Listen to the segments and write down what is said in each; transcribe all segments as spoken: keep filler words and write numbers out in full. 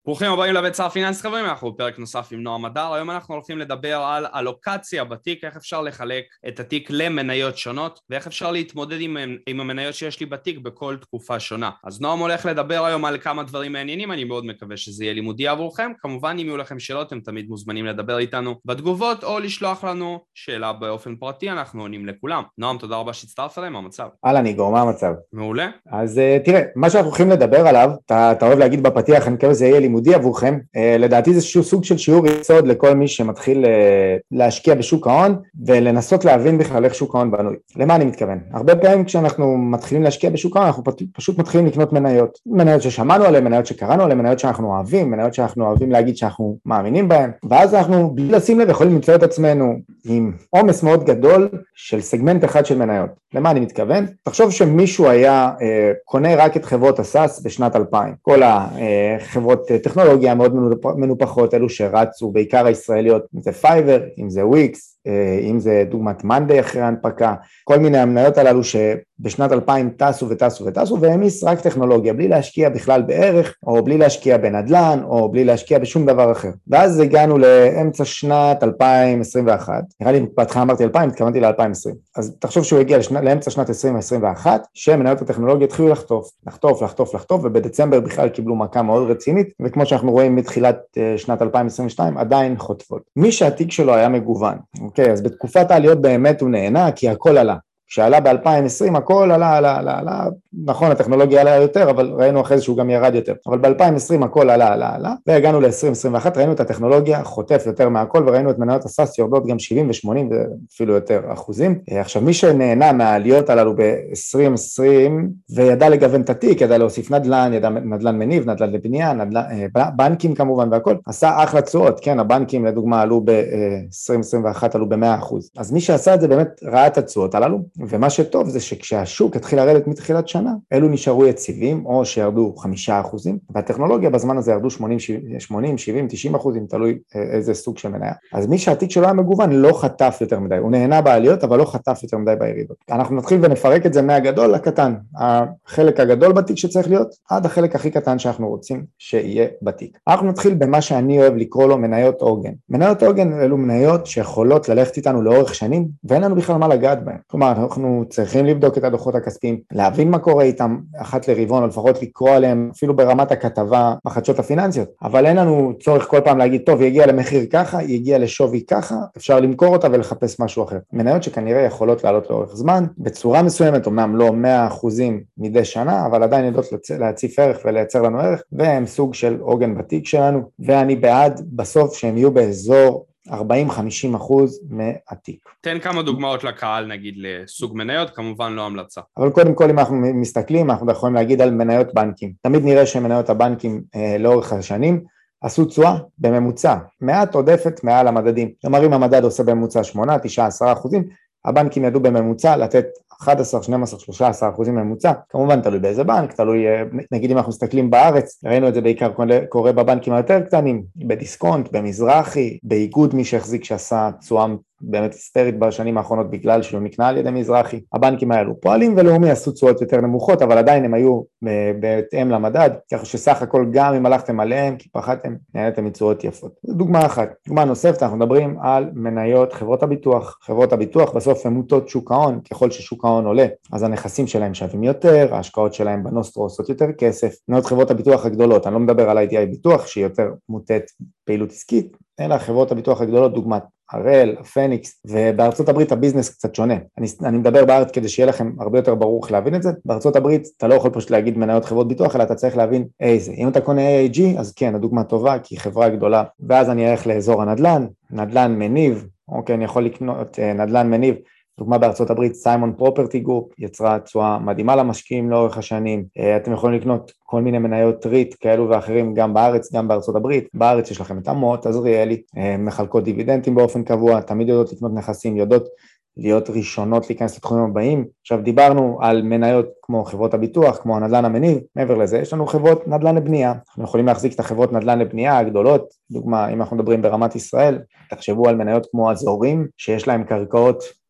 ברוכים הבאים לבית סער פיננסי חברים, אנחנו בפרק נוסף עם נועם הדר. היום אנחנו הולכים לדבר על אלוקציה בתיק, איך אפשר לחלק את התיק למניות שונות, ואיך אפשר להתמודד עם, עם המניות שיש לי בתיק בכל תקופה שונה. אז נועם הולך לדבר היום על כמה דברים מעניינים, אני מאוד מקווה שזה יהיה לימודי עבורכם. כמובן אם יהיו לכם שאלות, אתם תמיד מוזמנים לדבר איתנו בתגובות, או לשלוח לנו שאלה באופן פרטי, אנחנו עונים לכולם. נועם, תודה רבה שהצטרפת אליי, מה המצב? אהלן איגור, מה המצב? מעולה. אז תראה, מה שאנחנו הולכים לדבר עליו, אתה, אתה אוהב להגיד בפתיח, אני מקווה שזה יהיה לימודי עבורכם, לדעתי זה סוג של שיעור יסוד לכל מי שמתחיל להשקיע בשוק ההון, ולנסות להבין בכלל איך שוק ההון בנוי. למה אני מתכוון? הרבה פעמים כשאנחנו מתחילים להשקיע בשוק ההון, אנחנו פשוט מתחילים לקנות מניות. מניות ששמענו עליהן, מניות שקראנו עליהן, מניות שאנחנו אוהבים, מניות שאנחנו אוהבים להגיד שאנחנו מאמינים בהן, ואז אנחנו בלי לשים לב יכולים למצוא את עצמנו עם עומס מאוד גדול של סגמנט אחד של מניות. למה אני מתכוון? תחשוב שמישהו היה אה, קונה רק את חברות הסאס בשנת אלפיים. כל החברות טכנולוגיה מאוד מנופחות, אלו שרצו, בעיקר הישראליות, אם זה פייבר, אם זה וויקס, אם זה דוגמת מנדי אחרי ההנפקה, כל מיני המניות הללו שבשנת אלפיים טסו וטסו וטסו, והמיס רק טכנולוגיה, בלי להשקיע בכלל בערך, או בלי להשקיע בנדלן, או בלי להשקיע בשום דבר אחר. ואז הגענו לאמצע שנת אלפיים עשרים ואחת, נראה לי בהתחלה אמרתי אלפיים, התכוונתי ל-אלפיים ועשרים. אז תחשוב שהוא הגיע לשנה, לאמצע שנת עשרים עשרים ואחת, שמניות הטכנולוגיה התחילו לחטוף, לחטוף, לחטוף, לחטוף, ובדצמבר בכלל קיבלו מכה מאוד רצינית, וכמו שאנחנו רואים מתחילת שנת אלפיים עשרים ושתיים, עדיין חוטפות. מי שהתיק שלו היה מגוון, אוקיי, אז בתקופת העליות באמת הוא נהנה, כי הכל עלה. כשעלה ב-אלפיים ועשרים הכל עלה, עלה, עלה, עלה, נכון, הטכנולוגיה עלה יותר, אבל ראינו אחרי זה שהוא גם ירד יותר. אבל ב-אלפיים ועשרים הכל עלה, עלה, עלה, והגענו ל-עשרים עשרים ואחת, ראינו את הטכנולוגיה חוטף יותר מהכל, וראינו את מניות הסאס יורדות גם שבעים ו-שמונים ואפילו יותר אחוזים. עכשיו, מי שנהנה מהעליות הללו ב-עשרים עשרים, וידע לגוון את התיק, ידע להוסיף נדל"ן, ידע נדל"ן מניב, נדל"ן לבנייה, נדל"ן, בנקים כמובן והכל, עשה אחלה תשואות, כן, הבנקים לדוגמה עלו ב-עשרים עשרים ואחת עלו ב-מאה אחוז. אז מי שעשה את זה באמת ראה את התשואות הללו, ומה שטוב זה שכשהשוק התחיל לרדת מתחילת שנה, אלו נשארו יציבים או שירדו חמישה אחוזים, והטכנולוגיה בזמן הזה ירדו שמונים, שבעים, תשעים אחוזים, תלוי איזה סוג של מניה. אז מי שהתיק שלו היה מגוון לא חטף יותר מדי, הוא נהנה בעליות אבל לא חטף יותר מדי בירידות. אנחנו נתחיל ונפרק את זה מהגדול לקטן, החלק הגדול בתיק שצריך להיות, עד החלק הכי קטן שאנחנו רוצים שיהיה בתיק. אנחנו נתחיל במה שאני אוהב לקרוא לו מניות עוגן. מניות עוגן אלו מניות שיכולות ללכת איתנו לאורך שנים, ואין לנו בכלל מה לגעת בהן. כלומר, אנחנו צריכים לבדוק את הדוחות הכספיים, להבין מה קורה איתם אחת לרבעון, או לפחות לקרוא עליהם אפילו ברמת הכתבה בחדשות הפיננסיות, אבל אין לנו צורך כל פעם להגיד, טוב, היא הגיעה למחיר ככה, היא הגיעה לשווי ככה, אפשר למכור אותה ולחפש משהו אחר. מניות שכנראה יכולות לעלות לאורך זמן, בצורה מסוימת, אמנם לא מאה אחוזים מדי שנה, אבל עדיין יודעות להציף ערך ולייצר לנו ערך, והם סוג של עוגן בתיק שלנו, ואני בעד בסוף שהם יהיו באזור ארבעים חמישים אחוז מהתיק. תן כמה דוגמאות לקהל, נגיד לסוג מניות, כמובן לא המלצה. אבל קודם כל, אם אנחנו מסתכלים, אנחנו יכולים להגיד על מניות בנקים. תמיד נראה שמניות הבנקים אה, לאורך השנים עשו תשואה בממוצע, מעט עודפת מעל המדדים. כלומר, אם המדד עושה בממוצע שמונה, תשע, עשרה אחוזים, הבנקים ידעו בממוצע לתת אחד עשר, שנים עשר, שלושה עשר אחוזים ממוצע, כמובן תלוי באיזה בנק, תלוי, נגיד אם אנחנו מסתכלים בארץ, ראינו את זה בעיקר קורה בבנקים היותר קטנים, בדיסקונט, במזרחי, באיגוד מי שהחזיק שעשה תשואה באמת היסטרית בשנים האחרונות בגלל שהוא נקנה על ידי מזרחי. הבנקים האלו פועלים ולאומי עשו תשואות יותר נמוכות, אבל עדיין הם היו בהתאם למדד, כך שסך הכל גם אם הלכתם עליהם, כי פחדתם, נהנתם מתשואות יפות. זו דוגמה אחת. דוגמה נוספת, אנחנו מדברים על מניות חברות הביטוח. חברות הביטוח בסוף הן מוטות שוק ההון, ככל ששוק ההון עולה, אז הנכסים שלהם שווים יותר, ההשקעות שלהם בנוסטרו עושות יותר כסף. מניות חברות הביטוח הגדולות, אני לא מדבר על איי די איי ביטוח, שהיא יותר מוטת פעילות עסקית, אלא חברות הביטוח הגדולות, דוגמת הראל, הפניקס, ובארצות הברית הביזנס קצת שונה. אני, אני מדבר בארץ כדי שיהיה לכם הרבה יותר ברור איך להבין את זה. בארצות הברית אתה לא יכול פשוט להגיד מניות חברות ביטוח, אלא אתה צריך להבין איזה. אם אתה קונה איי איי ג'י, אז כן, הדוגמה טובה, כי היא חברה גדולה, ואז אני אלך לאזור הנדלן, נדלן מניב, אוקיי, אני יכול לקנות נדלן מניב, דוגמה בארצות הברית, סיימון פרופרטי גרופ, יצרה תשואה מדהימה למשקיעים לאורך השנים. אתם יכולים לקנות כל מיני מניות ריט כאלו ואחרים, גם בארץ, גם בארצות הברית. בארץ יש לכם את עמות, עזריאלי, מחלקות דיבידנדים באופן קבוע, תמיד יודעות לקנות נכסים, יודעות להיות ראשונות להיכנס לתחומים הבאים. עכשיו דיברנו על מניות כמו חברות הביטוח, כמו הנדל"ן המניב, מעבר לזה יש לנו חברות נדל"ן לבנייה, אנחנו יכולים להחזיק את החברות נדל"ן לבנייה הגדולות, דוגמה אם אנחנו מדברים ברמת ישראל, תחשבו על מניות כמו אזורים שיש להם קרקעות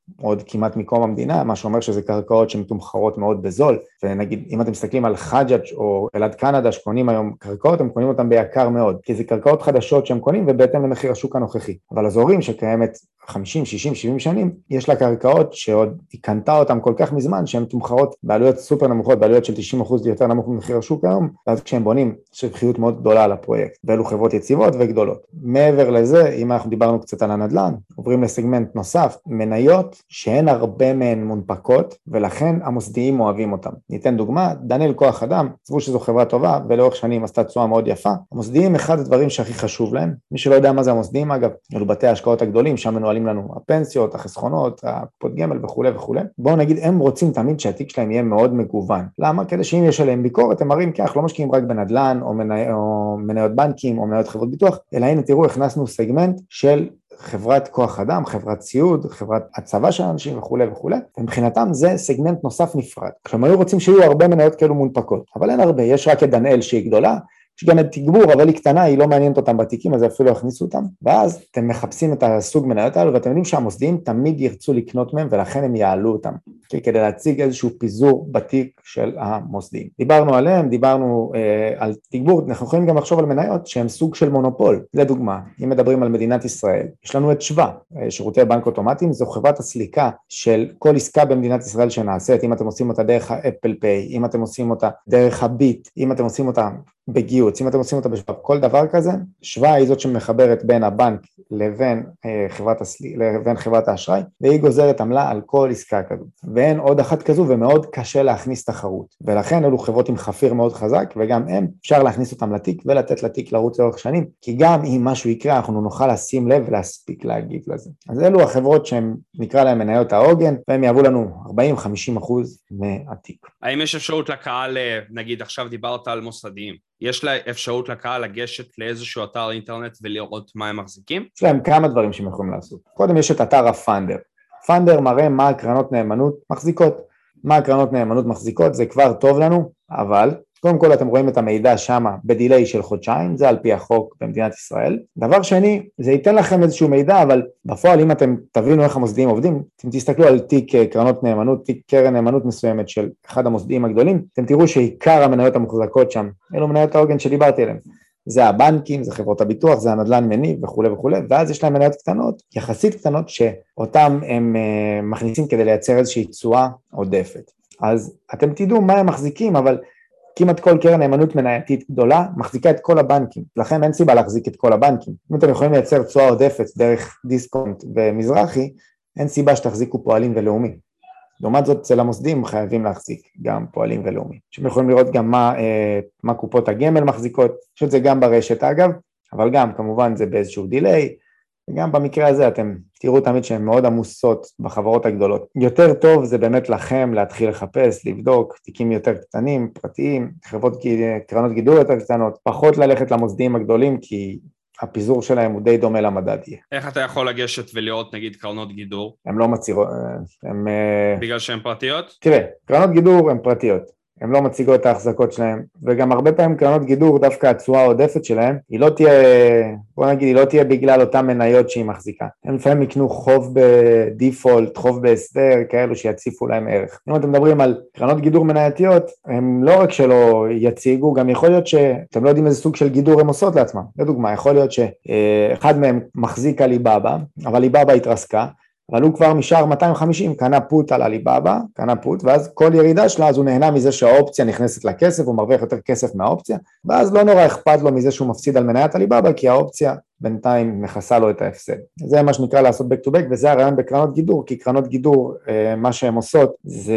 עוד כמעט מקום המדינה, מה שאומר שזה קרקעות שמתומחרות מאוד בזול, ונגיד אם אתם מסתכלים על חג'אג' או אלעד קנדה שקונים היום קרקעות, הם קונים אותם ביקר מאוד, כי זה קרקעות חדשות שהם קונים ובהתאם למחיר השוק הנוכחי, אבל אזורים שקיימת חמישים, שישים, שבעים שנים, יש לה קרקעות שעוד היא קנתה אותם כל כך מזמן, שהן תומחרות בעלויות סופר נמוכות, בעלויות של תשעים אחוז יותר נמוך ממחיר השוק היום, ואז כשהם בונים, יש רווחיות מאוד גדולה על הפרויקט, ואלו חברות יציבות וגדולות. מעבר לזה, אם אנחנו דיברנו קצת על הנדל"ן, עוברים לסגמנט נוסף, מניות שהן הרבה מהן מונפקות, ולכן המוסדיים אוהבים אותם. ניתן דוגמה, דניאל כוח אדם, צבו שזו חברה טובה, ולאורך שנים עשתה תשואה מאוד יפה. המוסדיים, אחד הדברים שהכי חשוב להם, מי שלא יודע מה זה המוסדיים, אגב, אלו בתי ההשקעות הגדולים, שם מנוהלים לנו הפנסיות, החסכונות, הקופות גמל וכו' וכו'. בואו נגיד, הם רוצים תמיד שהתיק שלהם יהיה מאוד מגוון. למה? כדי שאם יש עליהם ביקורת, הם מראים כך, לא משקיעים רק בנדל"ן, או, מני... או מניות בנקים, או מניות חברות ביטוח, אלא הנה תראו, הכנסנו סגמנט של חברת כוח אדם, חברת ציוד, חברת הצבא של אנשים וכו' וכו'. מבחינתם זה סגמנט נוסף נפרד. כלומר, היו רוצים שיהיו הרבה מניות כאלו מונפקות, אבל אין הרבה, יש רק את דניאל שהיא גדולה, יש גם את תגבור, אבל היא קטנה, היא לא מעניינת אותם בתיקים, אז אפילו הכניסו אותם, ואז אתם מחפשים את הסוג מניות האלו, ואתם יודעים שהמוסדיים תמיד ירצו לקנות מהם, ולכן הם יעלו אותם, כדי להציג איזשהו פיזור בתיק של המוסדיים. דיברנו עליהם, דיברנו אה, על תגבור, אנחנו יכולים גם לחשוב על מניות שהם סוג של מונופול. לדוגמה, אם מדברים על מדינת ישראל, יש לנו את שווה, שירותי בנק אוטומטיים, זו חברת הסליקה של כל עסקה במדינת ישראל שנעשית, אם אתם עושים אותה דרך האפל פיי, אם אתם עושים אותה דרך הביט, אם אתם עושים אותה בגיוץ, אם אתם עושים אותה בשבב, כל דבר כזה, שווה היא זאת שמחברת בין הבנק לבין, אה, חברת, הסלי, לבין חברת האשראי, והיא גוזרת עמלה על כל עסקה כזו. ואין עוד אחת כזו, ומאוד קשה להכניס תחרות. ולכן אלו חברות עם חפיר מאוד חזק, וגם הם אפשר להכניס אותם לתיק, ולתת לתיק לרוץ לאורך שנים, כי גם אם משהו יקרה, אנחנו נוכל לשים לב ולהספיק להגיב לזה. אז אלו החברות שהן נקרא להן מניות העוגן, והם יעבו לנו ארבעים עד חמישים אחוז מהתיק. האם יש אפשרות לקהל, נגיד עכשיו דיברת על מוסדיים, יש לה אפשרות לקהל לגשת לאיזשהו אתר אינטרנט ולראות מה הם מחזיקים? יש להם כמה דברים שהם יכולים לעשות. קודם יש את אתר הפנדר. פנדר מראה מה הקרנות נאמנות מחזיקות. מה הקרנות נאמנות מחזיקות, זה כבר טוב לנו, אבל קודם כל אתם רואים את המידע שמה בדילי של חודשיים, זה על פי החוק במדינת ישראל. דבר שני, זה ייתן לכם איזשהו מידע, אבל בפועל אם אתם תבינו איך המוסדיים עובדים, אתם תסתכלו על תיק קרנות נאמנות, תיק קרן נאמנות מסוימת של אחד המוסדיים הגדולים, אתם תראו שעיקר המניות המוחזקות שם, אלו מניות העוגן שדיברתי עליהן. זה הבנקים, זה חברות הביטוח, זה הנדל"ן מניב וכו' וכו', ואז יש להם מניות קטנות, יחסית קטנות, שאותם הם מכניסים כדי לייצר איזושהי תשואה עודפת. אז אתם תדעו מה הם מחזיקים, אבל כמעט כל קרן נאמנות מנייתית גדולה מחזיקה את כל הבנקים, לכן אין סיבה להחזיק את כל הבנקים. אם אתם יכולים לייצר תשואה עודפת דרך דיסקונט ומזרחי, אין סיבה שתחזיקו פועלים ולאומי. לעומת זאת, אצל המוסדים חייבים להחזיק גם פועלים ולאומי. שאתם יכולים לראות גם מה, אה, מה קופות הגמל מחזיקות, יש את זה גם ברשת אגב, אבל גם כמובן זה באיזשהו דיליי, וגם במקרה הזה אתם תראו תמיד שהן מאוד עמוסות בחברות הגדולות. יותר טוב זה באמת לכם להתחיל לחפש, לבדוק, תיקים יותר קטנים, פרטיים, חברות קרנות גידור יותר קטנות, פחות ללכת למוסדים הגדולים, כי הפיזור שלהם הוא די דומה למדד יהיה. איך אתה יכול לגשת ולראות נגיד קרנות גידור? הם לא מציגות, הם... בגלל שהן פרטיות? תראה, קרנות גידור הן פרטיות. הן לא מציגות את ההחזקות שלהם, וגם הרבה פעמים קרנות גידור, דווקא התשואה העודפת שלהם, היא לא תהיה, בוא נגיד, היא לא תהיה בגלל אותן מניות שהיא מחזיקה. הם לפעמים יקנו חוב בדיפולט, חוב בהסדר, כאלו שיציפו להם ערך. אם אתם מדברים על קרנות גידור מנייתיות, הם לא רק שלא יציגו, גם יכול להיות שאתם לא יודעים איזה סוג של גידור הם עושות לעצמם. לדוגמה, יכול להיות שאחד מהם מחזיק עליבאבא, אבל עליבאבא התרסקה, אבל הוא כבר משאר מאתיים וחמישים, קנה פוט על עליבאבא, קנה פוט, ואז כל ירידה שלה, אז הוא נהנה מזה שהאופציה נכנסת לכסף, הוא מרוויח יותר כסף מהאופציה, ואז לא נורא אכפת לו מזה שהוא מפסיד על מניית עליבאבא, כי האופציה בינתיים מכסה לו את ההפסד. זה מה שנקרא לעשות back to back, וזה הרעיון בקרנות גידור, כי קרנות גידור, מה שהן עושות, זה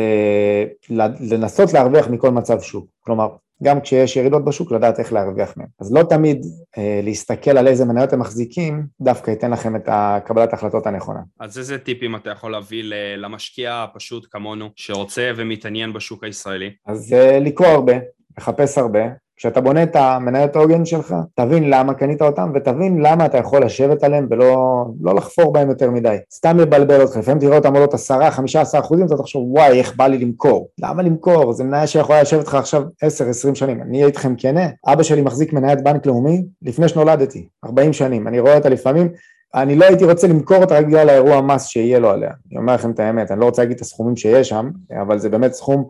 לנסות להרוויח מכל מצב שוק. כלומר, גם כשיש ירידות בשוק, לדעת איך להרוויח מהם. אז לא תמיד אה, להסתכל על איזה מניות הם מחזיקים, דווקא ייתן לכם את קבלת ההחלטות הנכונה. אז איזה טיפים אתה יכול להביא למשקיע פשוט כמונו, שרוצה ומתעניין בשוק הישראלי? אז אה, לקרוא הרבה, לחפש הרבה, כשאתה בונה את המניות העוגן שלך, תבין למה קנית אותם, ותבין למה אתה יכול לשבת עליהם, ולא לא לחפור בהם יותר מדי. סתם לבלבל אותך, לפעמים תראה אותם עולות עשרה, חמישה עשר אחוזים, אתה תחשוב, וואי, איך בא לי למכור? למה למכור? זה מניה שיכולה לשבת לך עכשיו עשר עשרים שנים. אני אהיה איתכם כנה, אבא שלי מחזיק מניית בנק לאומי, לפני שנולדתי, ארבעים שנים. אני רואה אותה לפעמים, אני לא הייתי רוצה למכור אותה רק בגלל האירוע מס שיהיה לו עליה. אני אומר לכם את האמת, אני לא רוצה להגיד את הסכומים שיש שם, אבל זה באמת סכום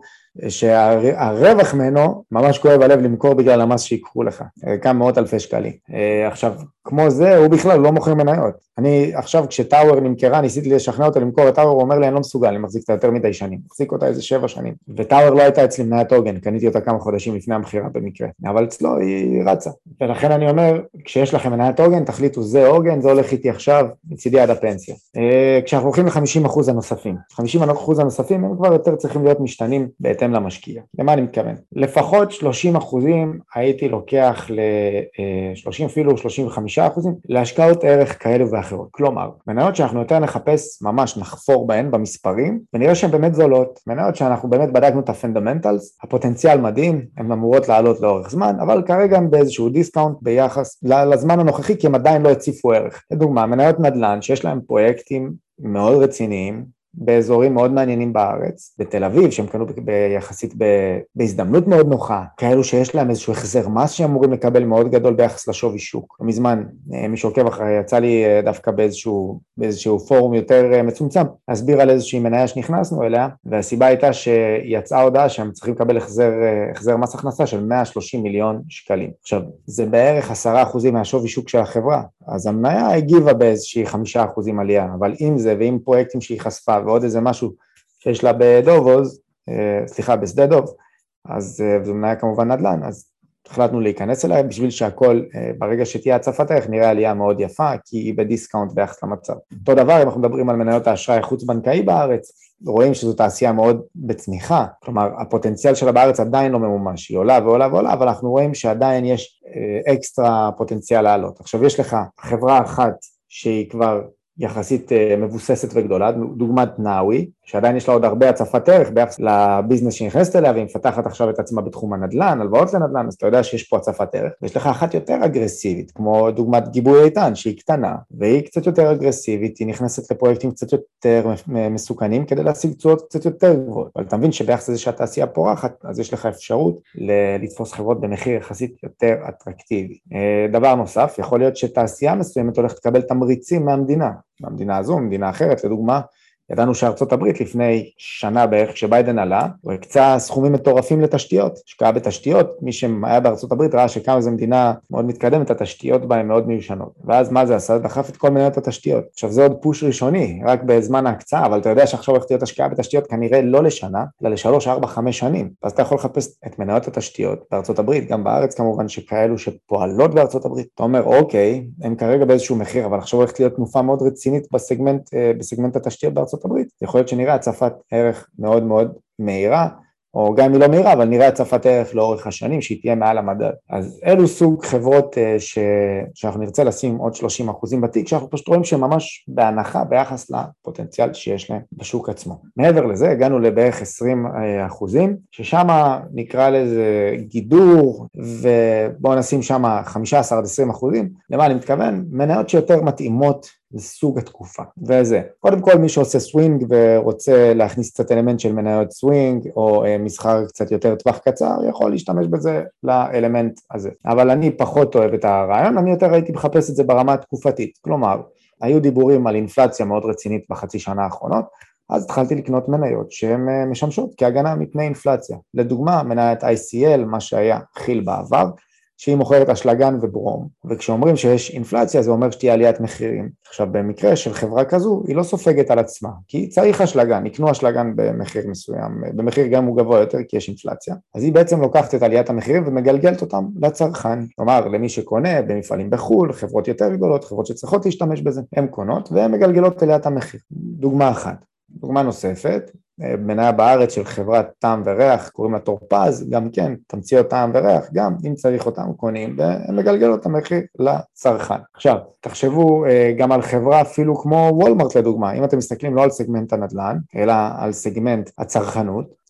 שהרווח ממנו ממש כואב הלב למכור בגלל המס שיקחו לך, כמה מאות אלפי שקלים. עכשיו, כמו זה, הוא בכלל לא מוכר מניות. אני עכשיו כשטאוור נמכרה, ניסיתי לשכנע אותה למכור את טאוור, הוא אומר לי, אני לא מסוגל, אני מחזיק אותה יותר מדי שנים, מחזיק אותה איזה שבע שנים, וטאוור לא הייתה אצלי מניית עוגן, קניתי אותה כמה חודשים לפני המחירה במקרה, אבל אצלו היא רצה, ולכן אני אומר, כשיש לכם מניית עוגן, תחליטו, זה עוגן, זה הולך איתי עכשיו, מצידי עד הפנסיה. כשאנחנו הולכים ל-חמישים אחוז הנוספים, חמישים אחוז הנוספים הם כבר יותר צריכים להיות משתנים בהתאם למשקיע. למה אני מתכוון? לפחות שלושים אחוזים הייתי לוקח ל-שלושים אפילו שלושים וחמישה אחוזים להשקעות ערך כאלו ואחרות. כלומר, מניות שאנחנו יותר נחפש, ממש נחפור בהן במספרים, ונראה שהן באמת זולות. מניות שאנחנו באמת בדקנו את הפונדמנטלס, הפוטנציאל מדהים, הן אמורות לעלות לאורך זמן, אבל כרגע הן באיזשהו דיסקאונט ביחס לזמן הנוכחי, כי הם עדיין לא הציפו ערך. לדוגמה, מניות נדל"ן שיש להם פרויקטים מאוד רציניים, באזורים מאוד מעניינים בארץ, בתל אביב, שהם קנו ביחסית בהזדמנות מאוד נוחה, כאלו שיש להם איזשהו החזר מס שאמורים לקבל מאוד גדול ביחס לשווי שוק. מזמן, מי שעוקב אחרי, יצא לי דווקא באיזשהו, באיזשהו פורום יותר מצומצם, להסביר על איזושהי מניה שנכנסנו אליה, והסיבה הייתה שיצאה הודעה שהם צריכים לקבל החזר, החזר מס הכנסה של מאה ושלושים מיליון שקלים. עכשיו, זה בערך עשרה אחוזים מהשווי שוק של החברה, אז המניה הגיבה באיזושהי חמישה אחוזים עלייה, אבל עם זה ועם פרויקטים שהיא חשפה, ועוד איזה משהו שיש לה בדובוז, סליחה, בשדה דוב, אז זו מניה כמובן נדל"ן, אז החלטנו להיכנס אליה, בשביל שהכל, ברגע שתהיה הצפת ערך, נראה עלייה מאוד יפה, כי היא בדיסקאונט ביחס למצב. אותו דבר, אם אנחנו מדברים על מניות האשראי החוץ-בנקאי בארץ, רואים שזו תעשייה מאוד בצמיחה, כלומר, הפוטנציאל שלה בארץ עדיין לא ממומש, היא עולה ועולה ועולה, אבל אנחנו רואים שעדיין יש אקסטרה פוטנציאל לעלות. עכשיו, יש לך חברה אחת שהיא כבר יחסית מבוססת וגדולה, דוגמת נאווי, שעדיין יש לה עוד הרבה הצפת ערך ביחס לביזנס שנכנסת אליה, והיא מפתחת עכשיו את עצמה בתחום הנדל"ן, הלוואות לנדל"ן, אז אתה יודע שיש פה הצפת ערך, ויש לך אחת יותר אגרסיבית, כמו דוגמת גיבוי איתן, שהיא קטנה, והיא קצת יותר אגרסיבית, היא נכנסת לפרויקטים קצת יותר מסוכנים, כדי להשיג תשואות קצת יותר גבוהות, אבל אתה מבין שביחס לזה שהתעשייה פורחת, אז יש לך אפשרות לתפוס חברות במחיר יחסית יותר אטרקטיבי. דבר נוסף, יכול להיות שתעשייה מסוימת הולכת לקבל תמריצים מהמדינה, מהמדינה הזו, ממדינה אחרת, לדוגמה, ידענו שארצות הברית לפני שנה בערך כשביידן עלה, הוא הקצה סכומים מטורפים לתשתיות, השקעה בתשתיות, מי שהיה בארצות הברית ראה שכמה זו מדינה מאוד מתקדמת, התשתיות בהן מאוד מיושנות, ואז מה זה עשה? דחף את כל מניות התשתיות. עכשיו זה עוד פוש ראשוני, רק בזמן ההקצאה, אבל אתה יודע שעכשיו הולכת להיות השקעה בתשתיות כנראה לא לשנה, אלא לשלוש, ארבע, חמש שנים, אז אתה יכול לחפש את מניות התשתיות בארצות הברית, גם בארץ כמובן שכאלו שפועלות בארצות הברית, אתה אומר אוקיי, הם כרגע באיזשהו מחיר, אבל עכשיו הולכת להיות תנופה מאוד רצינית בסגמנט, בסגמנט התשתיות בארצות הברית. יכול להיות שנראה הצפת ערך מאוד מאוד מהירה, או גם אם היא לא מהירה, אבל נראה הצפת ערך לאורך השנים, שהיא תהיה מעל המדד. אז אלו סוג חברות ש... שאנחנו נרצה לשים עוד שלושים אחוזים בתיק, שאנחנו פשוט רואים שהם ממש בהנחה ביחס לפוטנציאל שיש להם בשוק עצמו. מעבר לזה, הגענו לבערך עשרים אחוזים, ששם נקרא לזה גידור, ובואו נשים שם חמישה עשר עד עשרים אחוזים, למה אני מתכוון? מניות שיותר מתאימות לסוג התקופה, וזה, קודם כל מי שעושה סווינג ורוצה להכניס קצת אלמנט של מניות סווינג, או מסחר קצת יותר טווח קצר, יכול להשתמש בזה לאלמנט הזה, אבל אני פחות אוהב את הרעיון, אני יותר הייתי מחפש את זה ברמה התקופתית, כלומר, היו דיבורים על אינפלציה מאוד רצינית בחצי שנה האחרונות, אז התחלתי לקנות מניות שהן משמשות כהגנה מפני אינפלציה, לדוגמה מניית איי סי אל, מה שהיה חיל בעבר, שהיא מוכרת אשלגן וברום, וכשאומרים שיש אינפלציה זה אומר שתהיה עליית מחירים. עכשיו במקרה של חברה כזו היא לא סופגת על עצמה, כי צריך אשלגן, יקנו אשלגן במחיר מסוים, במחיר גם הוא גבוה יותר כי יש אינפלציה, אז היא בעצם לוקחת את עליית המחירים ומגלגלת אותם לצרכן, כלומר למי שקונה במפעלים בחול, חברות יותר גדולות, חברות שצריכות להשתמש בזה, הן קונות והן מגלגלות עליית המחיר. דוגמה אחת. דוגמה נוספת, מניה בארץ של חברת טעם וריח, קוראים לה טורפז, גם כן, תמציות טעם וריח, גם אם צריך אותם קונים, והם מגלגלות את המחיר לצרכן. עכשיו, תחשבו גם על חברה אפילו כמו וולמרט לדוגמה, אם אתם מסתכלים לא על סגמנט הנדל"ן, אלא על סגמנט הצרכנות,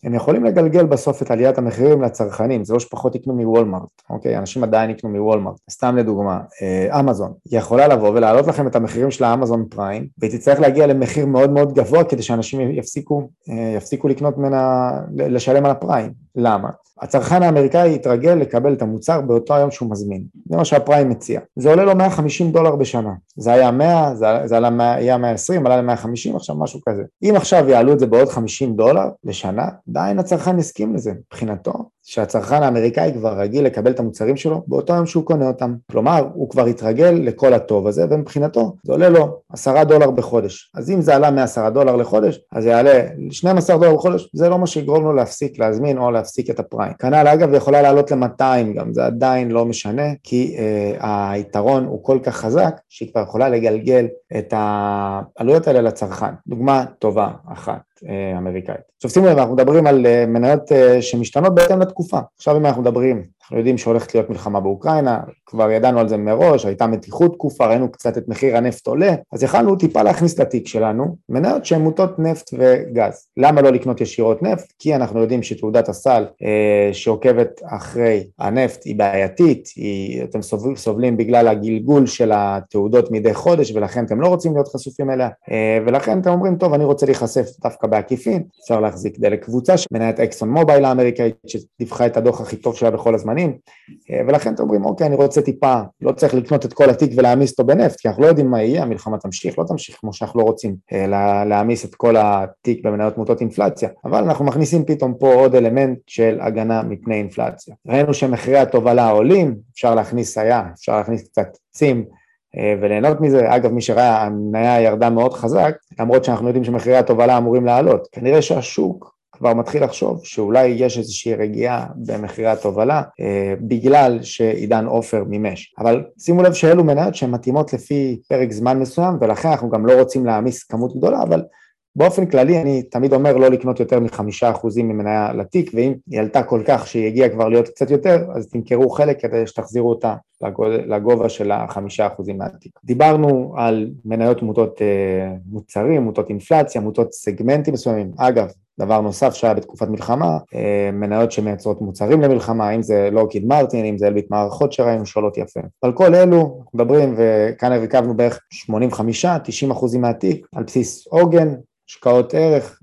הם יכולים לגלגל בסוף את עליית המחירים לצרכנים, זה לא שפחות יקנו מוולמרט, אוקיי? אנשים עדיין יקנו מוולמרט, סתם לדוגמה, אמזון, יכולה לבוא ולהעלות לכם את המחירים של האמזון פריים, והיא תצטרך להגיע למחיר מאוד מאוד גבוה, כדי שאנשים יפסיקו, יפסיקו לקנות ממנה, לשלם על הפריים. למה? הצרכן האמריקאי יתרגל לקבל את המוצר באותו היום שהוא מזמין. זה מה שהפריים מציע. זה עולה לו מאה וחמישים דולר בשנה. זה היה מאה, זה, זה עלה, היה מאה ועשרים, עלה ל-מאה וחמישים, עכשיו משהו כזה. אם עכשיו יעלו את זה בעוד חמישים דולר לשנה, עדיין הצרכן יסכים לזה. מבחינתו, שהצרכן האמריקאי כבר רגיל לקבל את המוצרים שלו באותו יום שהוא קונה אותם. כלומר, הוא כבר יתרגל לכל הטוב הזה, ומבחינתו זה עולה לו עשרה דולר בחודש. אז אם זה עלה מ-עשרה דולר לחודש, אז זה יעלה שנים עשר דולר בחודש, זה לא מה שיגרום לו להפסיק להזמין או להפסיק את הפריים. כנ"ל אגב יכולה לעלות ל-מאתיים גם, זה עדיין לא משנה, כי אה, היתרון הוא כל כך חזק, שהיא כבר יכולה לגלגל את העלויות האלה לצרכן. דוגמה טובה אחת. אמריקאית. עכשיו שימו לב, אנחנו מדברים על מניות שמשתנות בהתאם לתקופה. עכשיו אם אנחנו מדברים, אנחנו יודעים שהולכת להיות מלחמה באוקראינה, כבר ידענו על זה מראש, הייתה מתיחות תקופה, ראינו קצת את מחיר הנפט עולה, אז יכלנו טיפה להכניס לתיק שלנו, מניות שהן מוטות נפט וגז. למה לא לקנות ישירות נפט? כי אנחנו יודעים שתעודת הסל אה, שעוקבת אחרי הנפט היא בעייתית, היא, אתם סובלים, סובלים בגלל הגלגול של התעודות מדי חודש, ולכן אתם לא רוצים להיות חשופים אליה, אה, ולכן אתם אומרים, טוב, אני רוצה להיחשף דווקא בעקיפין, אפשר להחזיק דלק קבוצה, מניית אקסון מובייל האמריקאית, שדיווחה את הדוח הכי טוב שלה בכל הזמנים, ולכן אתם אומרים, אוקיי, אני רוצה טיפה, לא צריך לקנות את כל התיק ולהעמיס אותו בנפט, כי אנחנו לא יודעים מה יהיה, המלחמה תמשיך, לא תמשיך, כמו שאנחנו לא רוצים להעמיס את כל התיק במניות מוטות אינפלציה, אבל אנחנו מכניסים פתאום פה עוד אלמנט של הגנה מפני אינפלציה. ראינו שמחירי התובלה עולים, אפשר להכניס היה, אפשר להכניס קצת צים, וליהנות מזה. אגב, מי שראה, המניה ירדה מאוד חזק, למרות שאנחנו יודעים שמחירי התובלה אמורים לעלות. כנראה שהשוק כבר מתחיל לחשוב שאולי יש איזושהי רגיעה במחירי התובלה, אה, בגלל שעידן עופר מימש. אבל שימו לב שאלו מניות שהן מתאימות לפי פרק זמן מסוים, ולכן אנחנו גם לא רוצים להעמיס כמות גדולה, אבל באופן כללי אני תמיד אומר לא לקנות יותר מחמישה אחוזים ממניה לתיק, ואם היא עלתה כל כך שהיא הגיעה כבר להיות קצת יותר, אז תמכרו חלק כדי שתחזירו אותה לגובה של החמישה אחוזים מהתיק. דיברנו על מניות מוטות מוצרים, מוטות אינפלציה, מוטות סגמנטים מסוימים. אגב, דבר נוסף שהיה בתקופת מלחמה, מניות שמייצרות מוצרים למלחמה, אם זה לוקהיד מרטין, אם זה אלביט מערכות שראינו שעולות יפה. על כל אלו מדברים, וכאן הרכבנו בערך שמונים וחמישה עד תשעים אחוזים מהתיק, על בסיס עוגן, השקעות ערך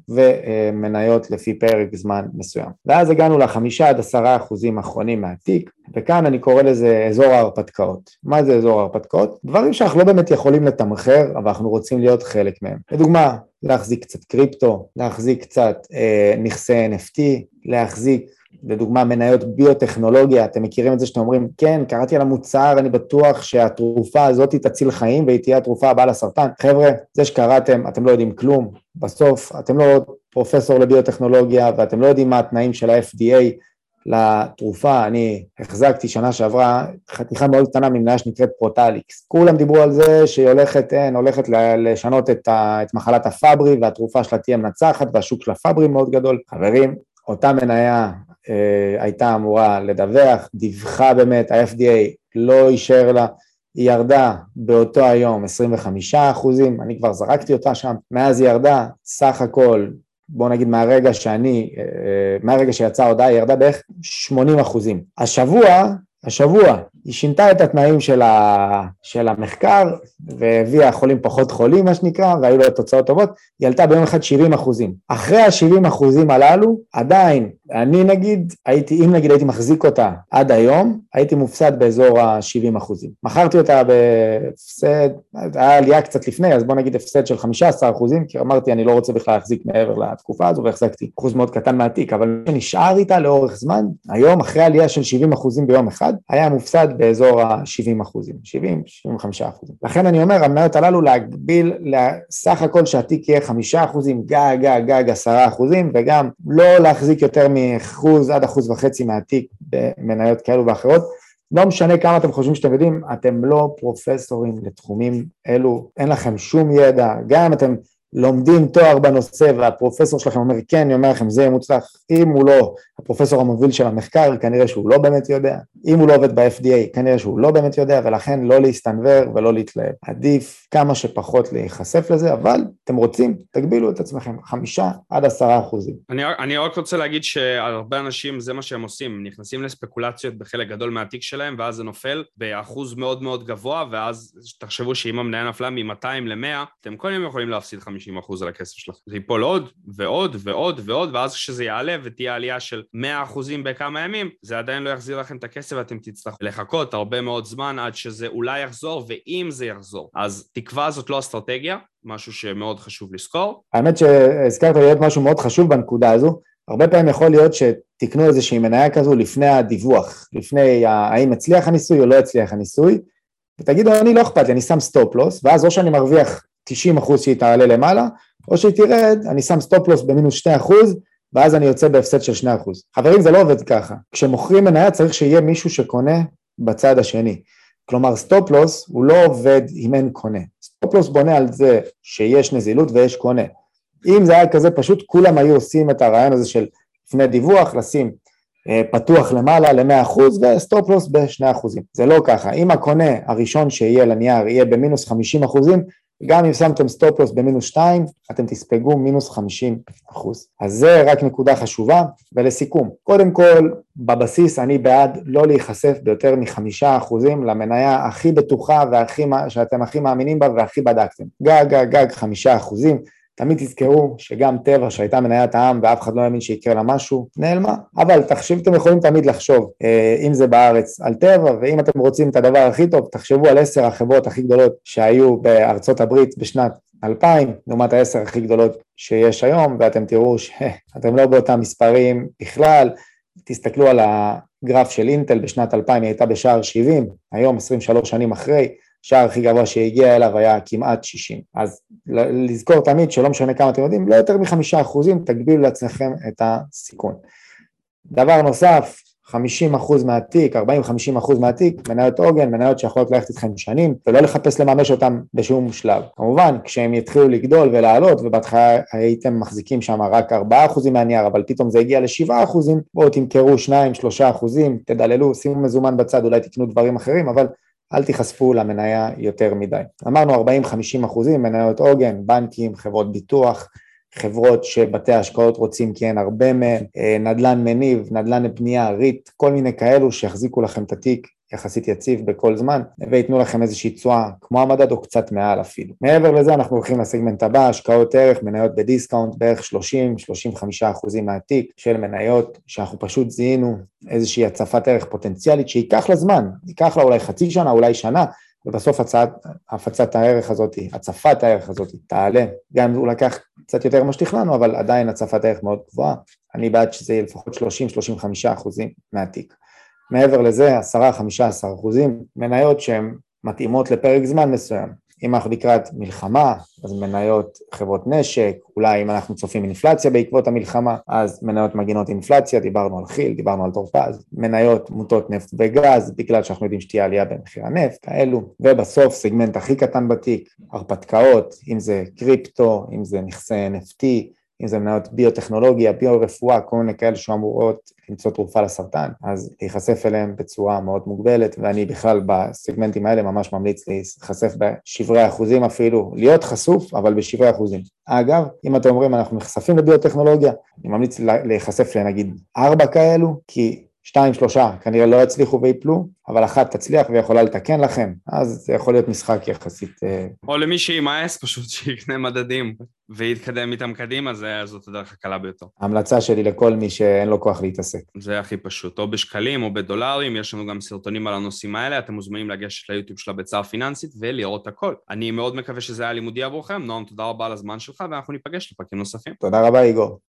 ומניות לפי פרק זמן מסוים. ואז הגענו לחמישה עד עשרה אחוזים האחרונים מהתיק, וכאן אני קורא לזה אזור ההרפתקאות. מה זה אזור ההרפתקאות? דברים שאנחנו לא באמת יכולים לתמחר, אבל אנחנו רוצים להיות חלק מהם. לדוגמה, להחזיק קצת קריפטו, להחזיק קצת אה, נכסי אן אף טי, להחזיק לדוגמה מניות ביוטכנולוגיה, אתם מכירים את זה שאתם אומרים, כן, קראתי על המוצר, אני בטוח שהתרופה הזאת תציל חיים, והיא תהיה התרופה הבאה לסרטן. חבר'ה, זה שקראתם, אתם לא יודעים כלום, בסוף אתם לא פרופסור לביוטכנולוגיה, ואתם לא יודעים מה התנאים של ה-אף די איי לתרופה. אני החזקתי שנה שעברה חתיכה מאוד קטנה ממניה שנקראת פרוטליקס. כולם דיברו על זה שהיא הולכת, אין, הולכת לשנות את, ה, את מחלת הפאברי, והתרופה שלה תהיה מנצחת, והשוק של הפאברי מאוד גדול. חברים, אותה מניה אה, הייתה אמורה לדווח, דיווחה באמת, ה-אף די איי לא אישר לה, היא ירדה באותו היום עשרים וחמישה אחוזים, אני כבר זרקתי אותה שם, מאז היא ירדה, סך הכל, בוא נגיד מהרגע שאני, מהרגע שיצאה הודעה, היא ירדה בערך שמונים אחוזים. השבוע, השבוע, היא שינתה את התנאים של, ה, של המחקר, והביאה חולים פחות חולים, מה שנקרא, והיו לו תוצאות טובות, היא עלתה ביום אחד שבעים אחוזים. אחרי ה-שבעים אחוזים הללו, עדיין, אני נגיד, הייתי, אם נגיד הייתי מחזיק אותה עד היום, הייתי מופסד באזור ה-שבעים אחוזים. מכרתי אותה בהפסד, היה עלייה קצת לפני, אז בוא נגיד הפסד של חמישה עשר אחוזים, כי אמרתי, אני לא רוצה בכלל להחזיק מעבר לתקופה הזו, והחזקתי אחוז מאוד קטן מהתיק, אבל נשאר איתה לאורך זמן, היום, אחרי עלייה של שבעים אחוזים ביום אחד, היה מופסד באזור ה-שבעים אחוזים, שבעים, שבעים וחמישה אחוזים. לכן אני אומר, המניות הללו להגביל לסך הכל שהתיק יהיה חמישה אחוזים, גג, גג, גג, עשרה אחוזים, וגם לא להחזיק יותר מאחוז עד אחוז וחצי מהתיק במניות כאלו ואחרות. לא משנה כמה אתם חושבים שאתם יודעים, אתם לא פרופסורים לתחומים אלו, אין לכם שום ידע, גם אם אתם לומדים תואר בנושא והפרופסור שלכם אומר כן, אני אומר לכם זה מוצלח, אם הוא לא הפרופסור המוביל של המחקר, כנראה שהוא לא באמת יודע, אם הוא לא עובד ב-אף די איי, כנראה שהוא לא באמת יודע, ולכן לא להסתנוור ולא להתלהב. עדיף כמה שפחות להיחשף לזה, אבל אתם רוצים, תגבילו את עצמכם, חמישה עד עשרה אחוזים. אני, אני רק רוצה להגיד שהרבה אנשים זה מה שהם עושים, הם נכנסים לספקולציות בחלק גדול מהתיק שלהם, ואז זה נופל באחוז מאוד מאוד גבוה, ואז תחשבו שאם המניה נפלה מ-מאתיים ל-מאה, אתם כל יום יכולים להפסיד חמישים אחוז על הכסף שלכם. זה ייפול עוד ועוד ועוד ועוד, ואז כשזה יעלה ותהיה עלייה של מאה אחוזים בכמה ימים, זה עדיין לא יחזיר לכם את הכסף, ואתם תצטרכו לחכות הרבה מאוד זמן עד שזה אולי יחזור, ואם זה יחזור. אז תקווה זאת לא אסטרטגיה, משהו שמאוד חשוב לזכור. האמת שהזכרת להיות משהו מאוד חשוב בנקודה הזו, הרבה פעמים יכול להיות שתקנו איזושהי מניה כזו לפני הדיווח, לפני האם הצליח הניסוי או לא הצליח הניסוי, ותגידו, אני לא אכפת לי, אני שם סטופ לוס, ואז או שאני מרוויח תשעים אחוז שהיא תעלה למעלה, או שהיא תרד, אני שם סטופ לוס במינוס שני אחוז, ואז אני יוצא בהפסד של שני אחוז. חברים, זה לא עובד ככה. כשמוכרים מניה צריך שיהיה מישהו שקונה בצד השני. כלומר, סטופ לוס הוא לא עובד אם אין קונה. סטופ לוס בונה על זה שיש נזילות ויש קונה. אם זה היה כזה פשוט, כולם היו עושים את הרעיון הזה של לפני דיווח, לשים אה, פתוח למעלה ל-מאה אחוז וסטופ לוס ב-שני אחוזים. זה לא ככה. אם הקונה הראשון שיהיה לנייר יהיה במינוס חמישים אחוזים, גם אם שמתם סטופ לוס במינוס שתיים, אתם תספגו מינוס חמישים אחוז. אז זה רק נקודה חשובה, ולסיכום. קודם כל, בבסיס אני בעד לא להיחשף ביותר מחמישה אחוזים למניה הכי בטוחה והכי, שאתם הכי מאמינים בה והכי בדקתם. גג, גג, גג, חמישה אחוזים. תמיד תזכרו שגם טבע שהייתה מניית העם ואף אחד לא האמין שיקרה לה משהו, נעלמה. אבל תחשב, אתם יכולים תמיד לחשוב, אם זה בארץ על טבע, ואם אתם רוצים את הדבר הכי טוב, תחשבו על עשר החברות הכי גדולות שהיו בארצות הברית בשנת אלפיים, לעומת העשר הכי גדולות שיש היום, ואתם תראו שאתם לא באותם מספרים בכלל. תסתכלו על הגרף של אינטל בשנת אלפיים, היא הייתה בשער שבעים, היום עשרים ושלוש שנים אחרי, השער הכי גבוה שהגיע אליו היה כמעט שישים. אז לזכור תמיד שלא משנה כמה אתם יודעים, לא יותר מחמישה אחוזים, תגבילו לעצמכם את הסיכון. דבר נוסף, חמישים אחוז מהתיק, ארבעים חמישים אחוז מהתיק, מניות עוגן, מניות שיכולות ללכת איתכם שנים, ולא לחפש לממש אותם בשום שלב. כמובן, כשהם יתחילו לגדול ולעלות, ובהתחלה הייתם מחזיקים שם רק ארבעה אחוזים מהנייר, אבל פתאום זה הגיע ל-שבעה אחוזים, בואו תמכרו שניים שלושה אחוזים, תדללו, שימו מזומן בצד, אולי תקנו דברים אחרים, אבל אל תיחשפו למניה יותר מדי. אמרנו ארבעים חמישים אחוזים, מניות עוגן, בנקים, חברות ביטוח, חברות שבתי ההשקעות רוצים כי אין הרבה מהן, נדל"ן מניב, נדל"ן בנייה, ריט, כל מיני כאלו שיחזיקו לכם את התיק יחסית יציב בכל זמן, ויתנו לכם איזושהי תשואה כמו המדד או קצת מעל אפילו. מעבר לזה אנחנו הולכים לסגמנט הבא, השקעות ערך, מניות בדיסקאונט, בערך שלושים עד שלושים וחמישה אחוזים מהתיק של מניות, שאנחנו פשוט זיהינו איזושהי הצפת ערך פוטנציאלית, שייקח לה זמן, ייקח לה אולי חצי שנה, אולי שנה, ובסוף הצעת, הפצת הערך הזאת, הצפת הערך הזאת תעלה, גם הוא לקח קצת יותר מה שתכננו, אבל עדיין הצפת הערך מאוד גבוהה, אני בעד שזה יהיה לפחות שלושים עד שלושים וחמישה אחוזים מהתיק. מעבר לזה, עשרה עד חמישה עשר אחוזים, מניות שהן מתאימות לפרק זמן מסוים. אם אנחנו לקראת מלחמה, אז מניות חברות נשק, אולי אם אנחנו צופים אינפלציה בעקבות המלחמה, אז מניות מגינות אינפלציה, דיברנו על חיל, דיברנו על תורפז, מניות מוטות נפט וגז, בגלל שאנחנו יודעים שתהיה עלייה במחיר הנפט, כאלו, ובסוף סגמנט הכי קטן בתיק, הרפתקאות, אם זה קריפטו, אם זה נכסי אן אף טי, אם זה מניות ביוטכנולוגיה, ביו-רפואה, כל מיני כאלה שאמורות למצוא תרופה לסרטן, אז להיחשף אליהם בצורה מאוד מוגבלת, ואני בכלל בסגמנטים האלה ממש ממליץ להיחשף בשברי אחוזים אפילו, להיות חשוף, אבל בשברי אחוזים. אגב, אם אתם אומרים אנחנו נחשפים לביוטכנולוגיה, אני ממליץ להיחשף לנגיד ארבע כאלו, כי שתיים, שלושה, כנראה לא יצליחו ויפלו, אבל אחת תצליח ויכולה לתקן לכם, אז זה יכול להיות משחק יחסית. או למי שימאס פשוט שיקנה מדדים ויתקדם איתם קדימה, זאת הדרך הקלה ביותר. ההמלצה שלי לכל מי שאין לו כוח להתעסק. זה הכי פשוט, או בשקלים או בדולרים, יש לנו גם סרטונים על הנושאים האלה, אתם מוזמנים לגשת ליוטיוב של הביצה פיננסית ולראות הכל. אני מאוד מקווה שזה היה לימודי עבורכם, נועם, תודה רבה על הזמן שלך, ואנחנו ניפגש לפרקים נוספים. תודה רבה, איגור.